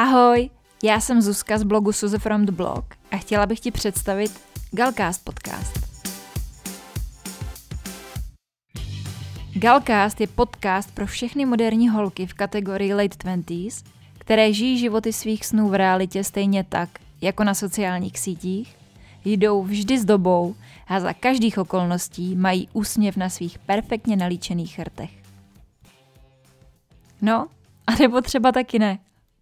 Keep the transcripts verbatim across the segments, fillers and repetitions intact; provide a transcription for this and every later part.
Ahoj, já jsem Zuzka z blogu Suze from the blog a chtěla bych ti představit Galcast podcast. Galcast je podcast pro všechny moderní holky v kategorii late twenties, které žijí životy svých snů v realitě stejně tak, jako na sociálních sítích, jdou vždy s dobou a za každých okolností mají úsměv na svých perfektně nalíčených rtech. No, a nebo třeba taky ne.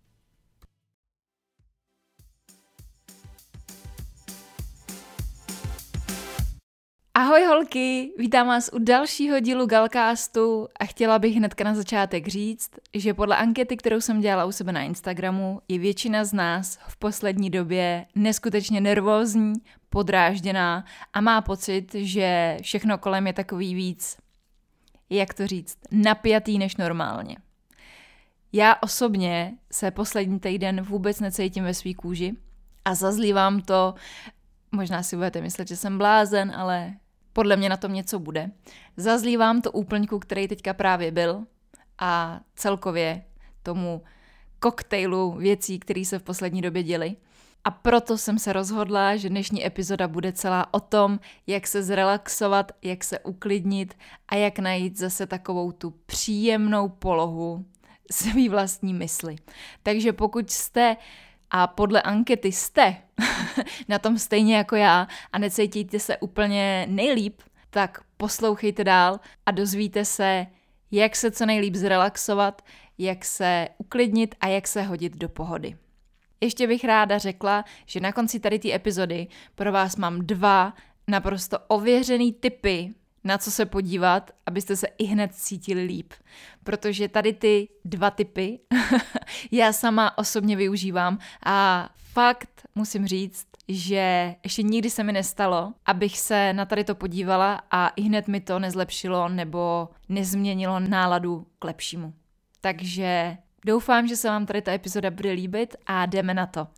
Ahoj holky, vítám vás u dalšího dílu Galcastu a chtěla bych hnedka na začátek říct, že podle ankety, kterou jsem dělala u sebe na Instagramu, je většina z nás v poslední době neskutečně nervózní, podrážděná a má pocit, že všechno kolem je takový víc, jak to říct, napjatý než normálně. Já osobně se poslední týden vůbec necítím ve svý kůži a zazlívám to. Možná si budete myslet, že jsem blázen, ale podle mě na tom něco bude. Zazlívám to úplňku, který teďka právě byl a celkově tomu koktejlu věcí, které se v poslední době děly. A proto jsem se rozhodla, že dnešní epizoda bude celá o tom, jak se zrelaxovat, jak se uklidnit a jak najít zase takovou tu příjemnou polohu svý vlastní mysli. Takže pokud jste a podle ankety jste na tom stejně jako já a necítíte se úplně nejlíp, tak poslouchejte dál a dozvíte se, jak se co nejlíp zrelaxovat, jak se uklidnit a jak se hodit do pohody. Ještě bych ráda řekla, že na konci tady té epizody pro vás mám dva naprosto ověřený tipy, na co se podívat, abyste se i hned cítili líp. Protože tady ty dva tipy já sama osobně využívám a fakt musím říct, že ještě nikdy se mi nestalo, abych se na tady to podívala a i hned mi to nezlepšilo nebo nezměnilo náladu k lepšímu. Takže doufám, že se vám tady ta epizoda bude líbit a jdeme na to.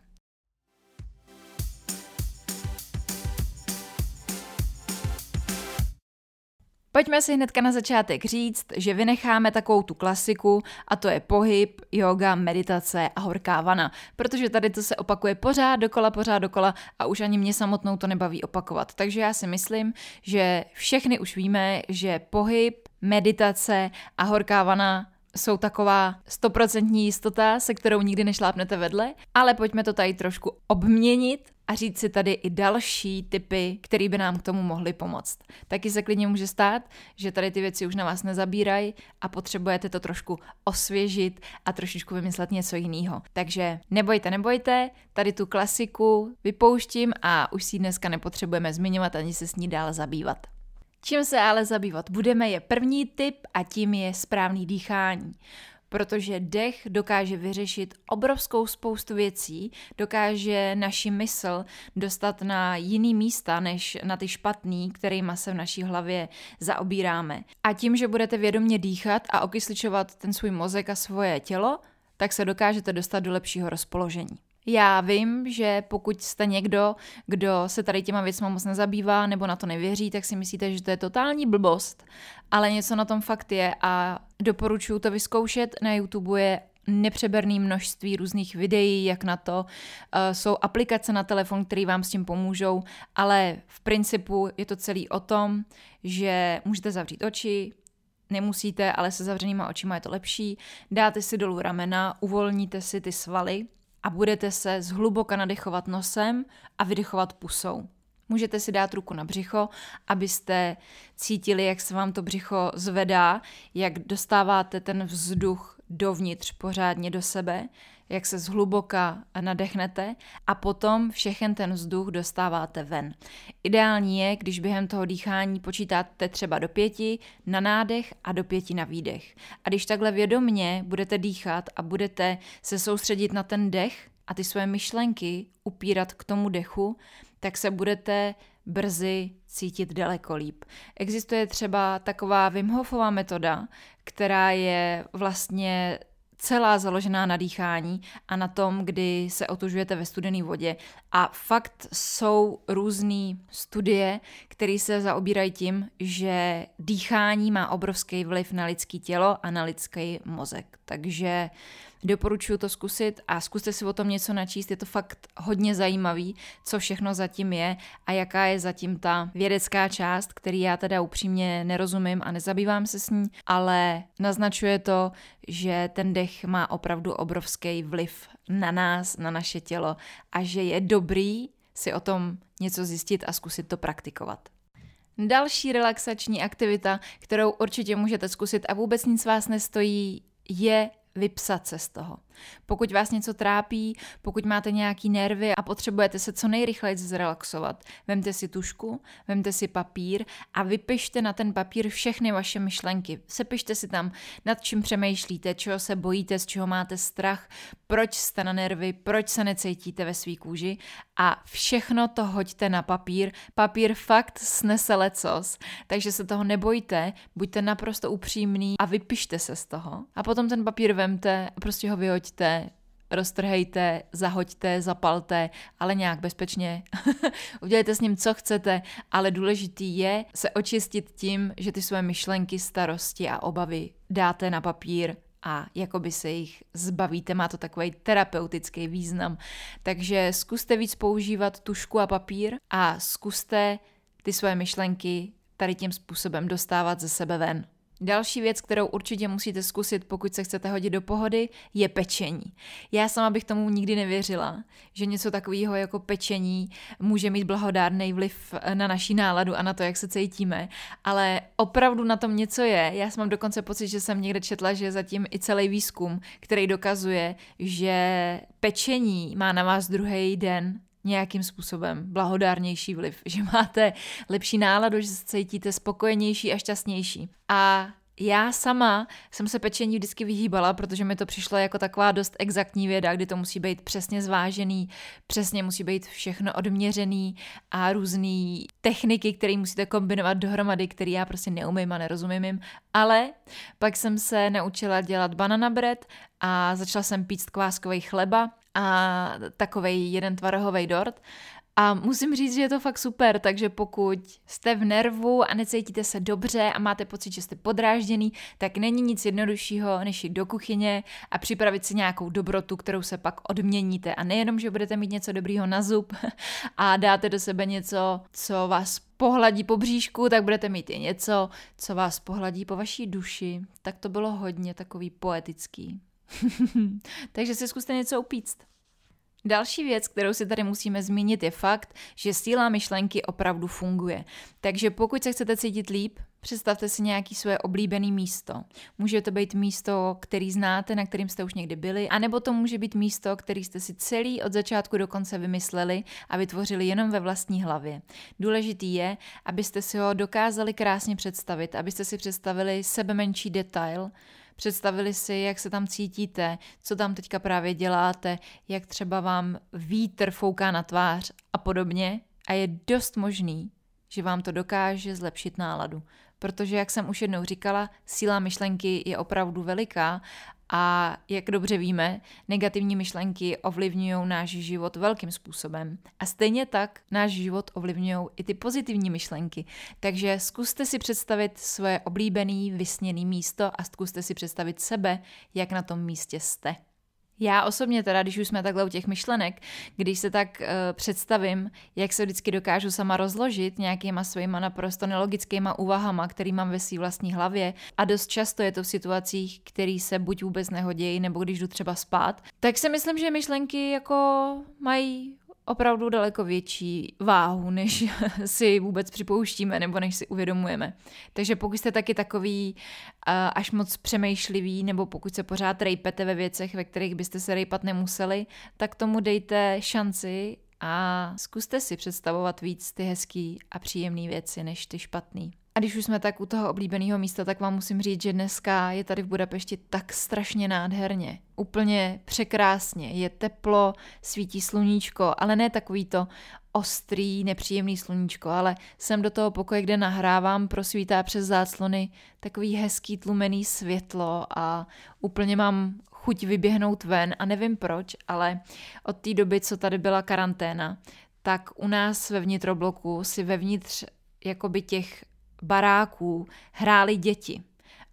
Pojďme si hnedka na začátek říct, že vynecháme takovou tu klasiku a to je pohyb, yoga, meditace a horká vana, protože tady to se opakuje pořád dokola, pořád dokola a už ani mě samotnou to nebaví opakovat. Takže já si myslím, že všechny už víme, že pohyb, meditace a horká vana jsou taková stoprocentní jistota, se kterou nikdy nešlápnete vedle, ale pojďme to tady trošku obměnit a říct si tady i další tipy, které by nám k tomu mohly pomoct. Taky se klidně může stát, že tady ty věci už na vás nezabírají a potřebujete to trošku osvěžit a trošičku vymyslet něco jiného. Takže nebojte, nebojte, tady tu klasiku vypouštím a už si ji dneska nepotřebujeme zmiňovat ani se s ní dál zabývat. Čím se ale zabývat budeme je první tip a tím je správný dýchání. Protože dech dokáže vyřešit obrovskou spoustu věcí, dokáže naši mysl dostat na jiný místa, než na ty špatný, kterýma se v naší hlavě zaobíráme. A tím, že budete vědomě dýchat a okysličovat ten svůj mozek a svoje tělo, tak se dokážete dostat do lepšího rozpoložení. Já vím, že pokud jste někdo, kdo se tady těma věcma moc nezabývá nebo na to nevěří, tak si myslíte, že to je totální blbost, ale něco na tom fakt je a doporučuji to vyzkoušet. Na YouTube je nepřeberné množství různých videí, jak na to. Jsou aplikace na telefon, které vám s tím pomůžou, ale v principu je to celý o tom, že můžete zavřít oči, nemusíte, ale se zavřenýma očima je to lepší. Dáte si dolů ramena, uvolníte si ty svaly a budete se zhluboka nadechovat nosem a vydechovat pusou. Můžete si dát ruku na břicho, abyste cítili, jak se vám to břicho zvedá, jak dostáváte ten vzduch dovnitř pořádně do sebe, jak se zhluboka nadechnete a potom všechen ten vzduch dostáváte ven. Ideální je, když během toho dýchání počítáte třeba do pěti na nádech a do pěti na výdech. A když takhle vědomně budete dýchat a budete se soustředit na ten dech a ty své myšlenky upírat k tomu dechu, tak se budete brzy cítit daleko líp. Existuje třeba taková Wim Hofova metoda, která je vlastně celá založená na dýchání a na tom, kdy se otužujete ve studené vodě. A fakt jsou různé studie, které se zaobírají tím, že dýchání má obrovský vliv na lidské tělo a na lidský mozek. Takže Doporučuji to zkusit a zkuste si o tom něco načíst, je to fakt hodně zajímavý, co všechno zatím je a jaká je zatím ta vědecká část, který já teda upřímně nerozumím a nezabývám se s ní, ale naznačuje to, že ten dech má opravdu obrovský vliv na nás, na naše tělo a že je dobrý si o tom něco zjistit a zkusit to praktikovat. Další relaxační aktivita, kterou určitě můžete zkusit a vůbec nic vás nestojí, je vypsat se z toho. Pokud vás něco trápí, pokud máte nějaký nervy a potřebujete se co nejrychleji zrelaxovat, vemte si tužku, vemte si papír a vypište na ten papír všechny vaše myšlenky. Sepište si tam, nad čím přemýšlíte, čeho se bojíte, z čeho máte strach, proč jste na nervy, proč se necítíte ve svý kůži a všechno to hoďte na papír. Papír fakt snese lecos, takže se toho nebojte, buďte naprosto upřímný a vypište se z toho. A potom ten papír vemte a prostě ho vyhoďte, roztrhejte, zahoďte, zapalte, ale nějak bezpečně. Udělejte s ním, co chcete, ale důležitý je se očistit tím, že ty své myšlenky, starosti a obavy dáte na papír a jakoby se jich zbavíte. Má to takový terapeutický význam. Takže zkuste víc používat tužku a papír a zkuste ty své myšlenky tady tím způsobem dostávat ze sebe ven. Další věc, kterou určitě musíte zkusit, pokud se chcete hodit do pohody, je pečení. Já sama bych tomu nikdy nevěřila, že něco takového jako pečení může mít blahodárný vliv na naší náladu a na to, jak se cítíme, ale opravdu na tom něco je. Já mám dokonce pocit, že jsem někde četla, že je zatím i celý výzkum, který dokazuje, že pečení má na vás druhý den nějakým způsobem blahodárnější vliv, že máte lepší náladu, že se cítíte spokojenější a šťastnější. A já sama jsem se pečení vždycky vyhýbala, protože mi to přišlo jako taková dost exaktní věda, kdy to musí být přesně zvážený, přesně musí být všechno odměřený a různý techniky, které musíte kombinovat dohromady, které já prostě neumím a nerozumím jim. Ale pak jsem se naučila dělat banana bread a začala jsem pít kváskový chleba a takovej jeden tvarohový dort. A musím říct, že je to fakt super, takže pokud jste v nervu a necítíte se dobře a máte pocit, že jste podrážděný, tak není nic jednoduššího, než jít do kuchyně a připravit si nějakou dobrotu, kterou se pak odměníte. A nejenom, že budete mít něco dobrýho na zub a dáte do sebe něco, co vás pohladí po bříšku, tak budete mít i něco, co vás pohladí po vaší duši. Tak to bylo hodně takový poetický. Takže si zkuste něco upíct. Další věc, kterou si tady musíme zmínit, je fakt, že síla myšlenky opravdu funguje. Takže pokud se chcete cítit líp, představte si nějaké svoje oblíbené místo. Může to být místo, který znáte, na kterým jste už někdy byli, anebo to může být místo, který jste si celý od začátku do konce vymysleli a vytvořili jenom ve vlastní hlavě. Důležitý je, abyste si ho dokázali krásně představit, abyste si představili sebe menší detail, představili si, jak se tam cítíte, co tam teďka právě děláte, jak třeba vám vítr fouká na tvář a podobně. A je dost možný, že vám to dokáže zlepšit náladu. Protože, jak jsem už jednou říkala, síla myšlenky je opravdu veliká a jak dobře víme, negativní myšlenky ovlivňují náš život velkým způsobem. A stejně tak náš život ovlivňují i ty pozitivní myšlenky. Takže zkuste si představit svoje oblíbené vysněné místo a zkuste si představit sebe, jak na tom místě jste. Já osobně teda, když už jsme takhle u těch myšlenek, když se tak uh, představím, jak se vždycky dokážu sama rozložit nějakýma svýma naprosto nelogickýma úvahama, který mám ve své vlastní hlavě a dost často je to v situacích, které se buď vůbec nehodí, nebo když jdu třeba spát, tak si myslím, že myšlenky jako mají opravdu daleko větší váhu, než si vůbec připouštíme nebo než si uvědomujeme. Takže pokud jste taky takový uh, až moc přemýšlivý nebo pokud se pořád rejpete ve věcech, ve kterých byste se rejpat nemuseli, tak tomu dejte šanci a zkuste si představovat víc ty hezký a příjemné věci než ty špatný. A když už jsme tak u toho oblíbeného místa, tak vám musím říct, že dneska je tady v Budapešti tak strašně nádherně. Úplně překrásně. Je teplo, svítí sluníčko, ale ne takový to ostrý, nepříjemný sluníčko, ale jsem do toho pokoje, kde nahrávám, prosvítá přes záclony takový hezký tlumený světlo a úplně mám chuť vyběhnout ven a nevím proč, ale od té doby, co tady byla karanténa, tak u nás ve vnitrobloku si vevnitř jakoby těch baráků hráli děti.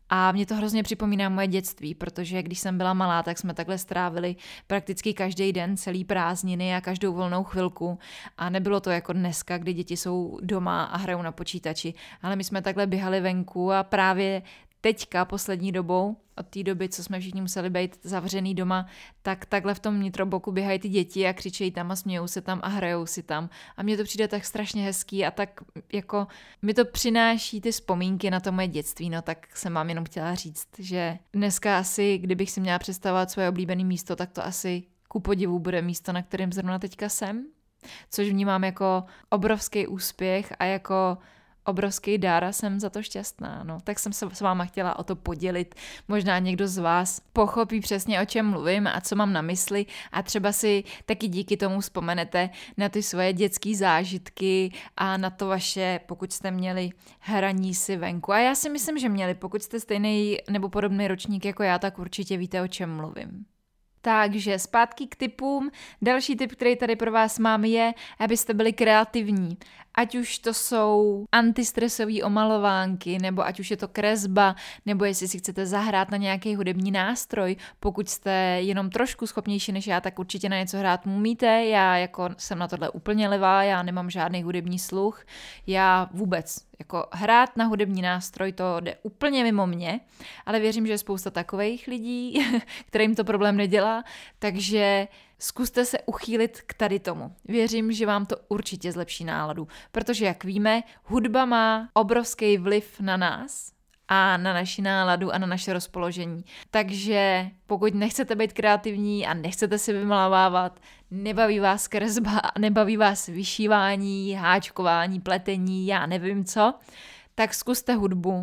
A mě to hrozně připomíná moje dětství, protože když jsem byla malá, tak jsme takhle strávili prakticky každý den, celý prázdniny a každou volnou chvilku. A nebylo to jako dneska, kdy děti jsou doma a hrajou na počítači, ale my jsme takhle běhali venku a právě teďka poslední dobou, od té doby, co jsme všichni museli být zavřený doma, tak takhle v tom nitroboku běhají ty děti a křičejí tam a smějou se tam a hrajou si tam. A mně to přijde tak strašně hezký a tak jako mi to přináší ty vzpomínky na to moje dětství, no tak jsem vám jenom chtěla říct, že dneska asi, kdybych si měla představovat svoje oblíbené místo, tak to asi ku podivu bude místo, na kterém zrovna teďka jsem, což vnímám jako obrovský úspěch a jako obrovský dar a jsem za to šťastná. No, tak jsem se s váma chtěla o to podělit. Možná někdo z vás pochopí přesně, o čem mluvím a co mám na mysli a třeba si taky díky tomu vzpomenete na ty svoje dětské zážitky a na to vaše, pokud jste měli hraní si venku. A já si myslím, že měli. Pokud jste stejný nebo podobný ročník jako já, tak určitě víte, o čem mluvím. Takže zpátky k tipům. Další tip, který tady pro vás mám, je, abyste byli kreativní. Ať už to jsou antistresové omalovánky, nebo ať už je to kresba, nebo jestli si chcete zahrát na nějaký hudební nástroj. Pokud jste jenom trošku schopnější než já, tak určitě na něco hrát umíte. Já jako jsem na tohle úplně levá, já nemám žádný hudební sluch. Já vůbec jako hrát na hudební nástroj, to jde úplně mimo mě, ale věřím, že je spousta takových lidí, kterým to problém nedělá, takže zkuste se uchýlit k tady tomu. Věřím, že vám to určitě zlepší náladu, protože jak víme, hudba má obrovský vliv na nás a na naši náladu a na naše rozpoložení. Takže pokud nechcete být kreativní a nechcete si vymalovávat, nebaví vás kresba, nebaví vás vyšívání, háčkování, pletení, já nevím co, tak zkuste hudbu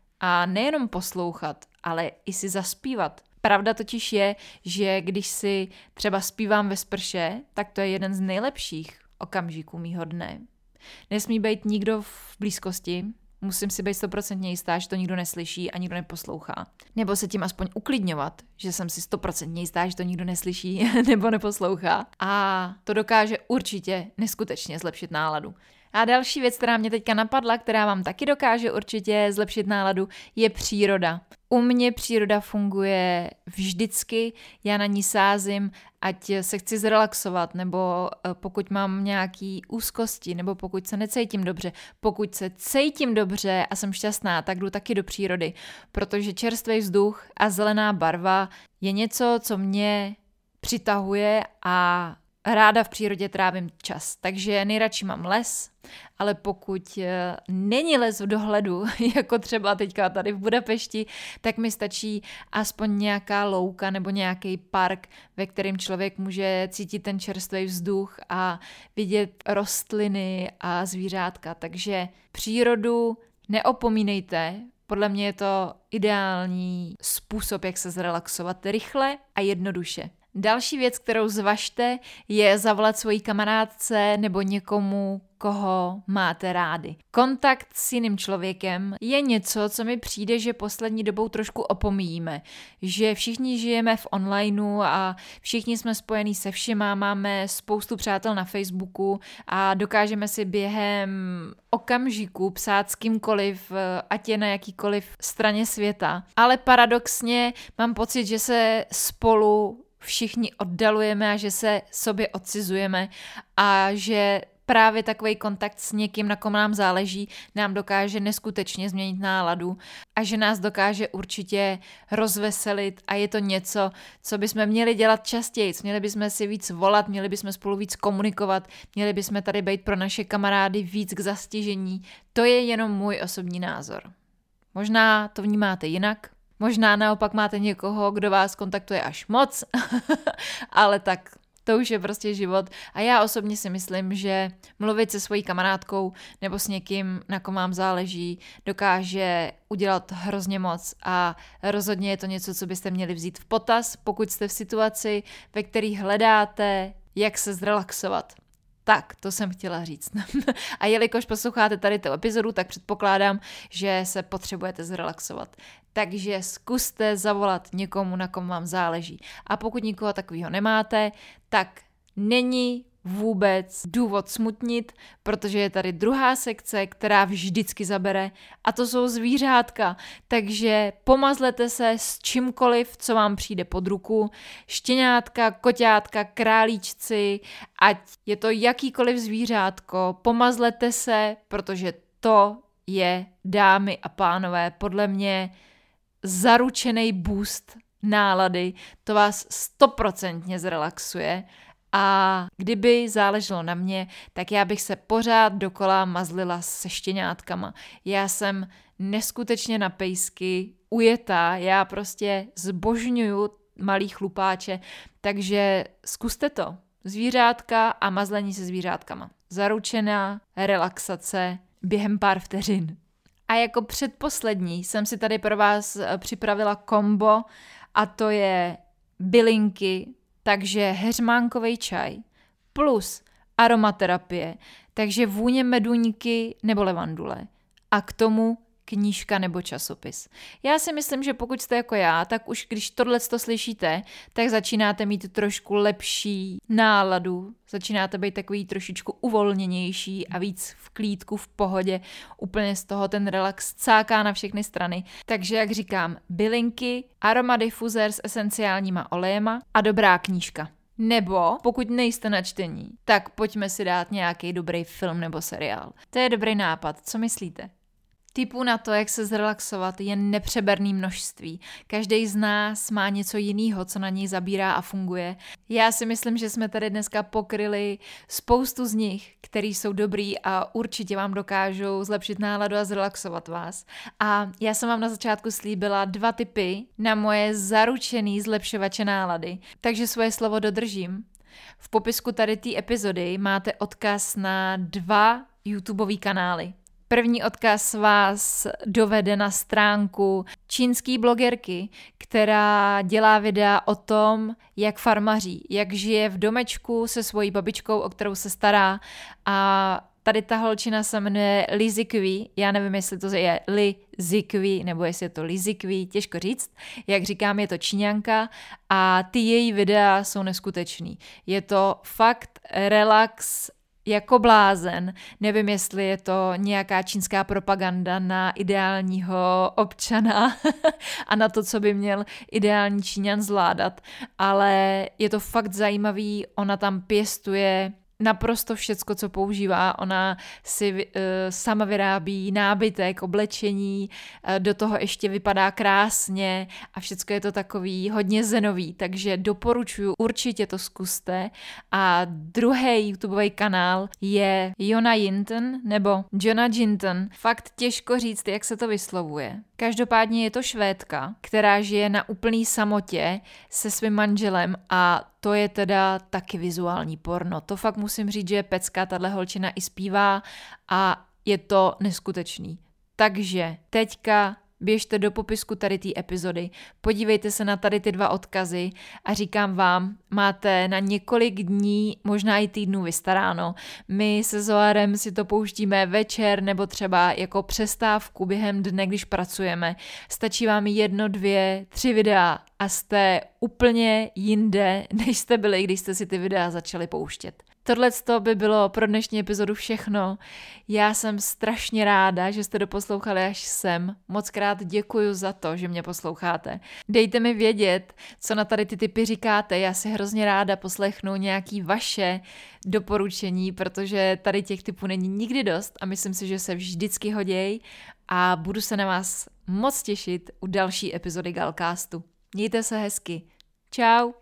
a nejenom poslouchat, ale i si zaspívat. Pravda totiž je, že když si třeba zpívám ve sprše, tak to je jeden z nejlepších okamžiků mýho dne. Nesmí být nikdo v blízkosti, musím si být stoprocentně jistá, že to nikdo neslyší a nikdo neposlouchá. Nebo se tím aspoň uklidňovat, že jsem si stoprocentně jistá, že to nikdo neslyší nebo neposlouchá. A to dokáže určitě neskutečně zlepšit náladu. A další věc, která mě teďka napadla, která vám taky dokáže určitě zlepšit náladu, je příroda. U mě příroda funguje vždycky, já na ní sázím, ať se chci zrelaxovat, nebo pokud mám nějaký úzkosti, nebo pokud se necítím dobře. Pokud se cítím dobře a jsem šťastná, tak jdu taky do přírody, protože čerstvý vzduch a zelená barva je něco, co mě přitahuje a ráda v přírodě trávím čas, takže nejradši mám les, ale pokud není les v dohledu, jako třeba teďka tady v Budapešti, tak mi stačí aspoň nějaká louka nebo nějaký park, ve kterém člověk může cítit ten čerstvý vzduch a vidět rostliny a zvířátka. Takže přírodu neopomínejte, podle mě je to ideální způsob, jak se zrelaxovat rychle a jednoduše. Další věc, kterou zvažte, je zavolat svojí kamarádce nebo někomu, koho máte rádi. Kontakt s jiným člověkem je něco, co mi přijde, že poslední dobou trošku opomíjíme. Že všichni žijeme v onlineu a všichni jsme spojení se všema, máme spoustu přátel na Facebooku a dokážeme si během okamžiku psát s kýmkoliv, ať je na jakýkoliv straně světa. Ale paradoxně mám pocit, že se spolu všichni oddalujeme a že se sobě odcizujeme a že právě takový kontakt s někým, na kom nám záleží, nám dokáže neskutečně změnit náladu a že nás dokáže určitě rozveselit a je to něco, co bychom měli dělat častěji. Měli bychom si víc volat, měli bychom spolu víc komunikovat, měli bychom tady být pro naše kamarády víc k zastižení. To je jenom můj osobní názor. Možná to vnímáte jinak, možná naopak máte někoho, kdo vás kontaktuje až moc, ale tak to už je prostě život. A já osobně si myslím, že mluvit se svojí kamarádkou nebo s někým, na kom vám záleží, dokáže udělat hrozně moc a rozhodně je to něco, co byste měli vzít v potaz, pokud jste v situaci, ve které hledáte, jak se zrelaxovat. Tak, to jsem chtěla říct. A jelikož posloucháte tady tu epizodu, tak předpokládám, že se potřebujete zrelaxovat. Takže zkuste zavolat někomu, na kom vám záleží. A pokud nikoho takového nemáte, tak není vůbec důvod smutnit, protože je tady druhá sekce, která vždycky zabere, a to jsou zvířátka. Takže pomazlete se s čímkoliv, co vám přijde pod ruku. Štěňátka, koťátka, králíčci, ať je to jakýkoliv zvířátko, pomazlete se, protože to je, dámy a pánové, podle mě zaručený boost nálady. To vás stoprocentně zrelaxuje. A kdyby záleželo na mě, tak já bych se pořád dokola mazlila se štěňátkama. Já jsem neskutečně na pejsky ujetá, já prostě zbožňuju malý chlupáče, takže zkuste to. Zvířátka a mazlení se zvířátkama. Zaručená relaxace během pár vteřin. A jako předposlední jsem si tady pro vás připravila kombo, a to je bylinky, takže heřmánkový čaj plus aromaterapie, takže vůně meduňky nebo levandule a k tomu knížka nebo časopis. Já si myslím, že pokud jste jako já, tak už když tohleto slyšíte, tak začínáte mít trošku lepší náladu, začínáte být takový trošičku uvolněnější a víc v klídku, v pohodě, úplně z toho ten relax cáká na všechny strany. Takže jak říkám, bylinky, aromadifuzér s esenciálníma olejema a dobrá knížka. Nebo pokud nejste na čtení, tak pojďme si dát nějaký dobrý film nebo seriál. To je dobrý nápad, co myslíte? Tipů na to, jak se zrelaxovat, je nepřeberné množství. Každý z nás má něco jiného, co na něj zabírá a funguje. Já si myslím, že jsme tady dneska pokryli spoustu z nich, který jsou dobrý a určitě vám dokážou zlepšit náladu a zrelaxovat vás. A já jsem vám na začátku slíbila dva tipy na moje zaručený zlepšovače nálady, takže svoje slovo dodržím. V popisku tady té epizody máte odkaz na dva YouTubeový kanály. První odkaz vás dovede na stránku čínský blogerky, která dělá videa o tom, jak farmaří, jak žije v domečku se svojí babičkou, o kterou se stará. A tady ta holčina se jmenuje Li Zikui, já nevím, jestli to je Li Zikui, nebo jestli je to Li Zikui, těžko říct. Jak říkám, je to Číňanka a ty její videa jsou neskutečný. Je to fakt relax jako blázen. Nevím, jestli je to nějaká čínská propaganda na ideálního občana a na to, co by měl ideální Číňan zvládat, ale je to fakt zajímavý, ona tam pěstuje naprosto všecko, co používá. Ona si uh, sama vyrábí nábytek, oblečení, uh, do toho ještě vypadá krásně a všecko je to takový hodně zenový, takže doporučuji, určitě to zkuste. A druhý YouTubeový kanál je Jonna Jinton nebo Jonna Jinton. Fakt těžko říct, jak se to vyslovuje. Každopádně je to Švédka, která žije na úplný samotě se svým manželem a to je teda taky vizuální porno. To fakt musím říct, že je pecka, tahle holčina i zpívá a je to neskutečný. Takže teďka běžte do popisku tady té epizody, podívejte se na tady ty dva odkazy a říkám vám, máte na několik dní, možná i týdnů vystaráno. My se Zoarem si to pouštíme večer nebo třeba jako přestávku během dne, když pracujeme. Stačí vám jedno, dvě, tři videa a jste úplně jinde, než jste byli, když jste si ty videa začali pouštět. Tohle by bylo pro dnešní epizodu všechno. Já jsem strašně ráda, že jste doposlouchali až sem. Moc krát děkuju za to, že mě posloucháte. Dejte mi vědět, co na tady ty tipy říkáte. Já si hrozně ráda poslechnu nějaký vaše doporučení, protože tady těch tipů není nikdy dost a myslím si, že se vždycky hoděj a budu se na vás moc těšit u další epizody Galcastu. Mějte se hezky. Čau.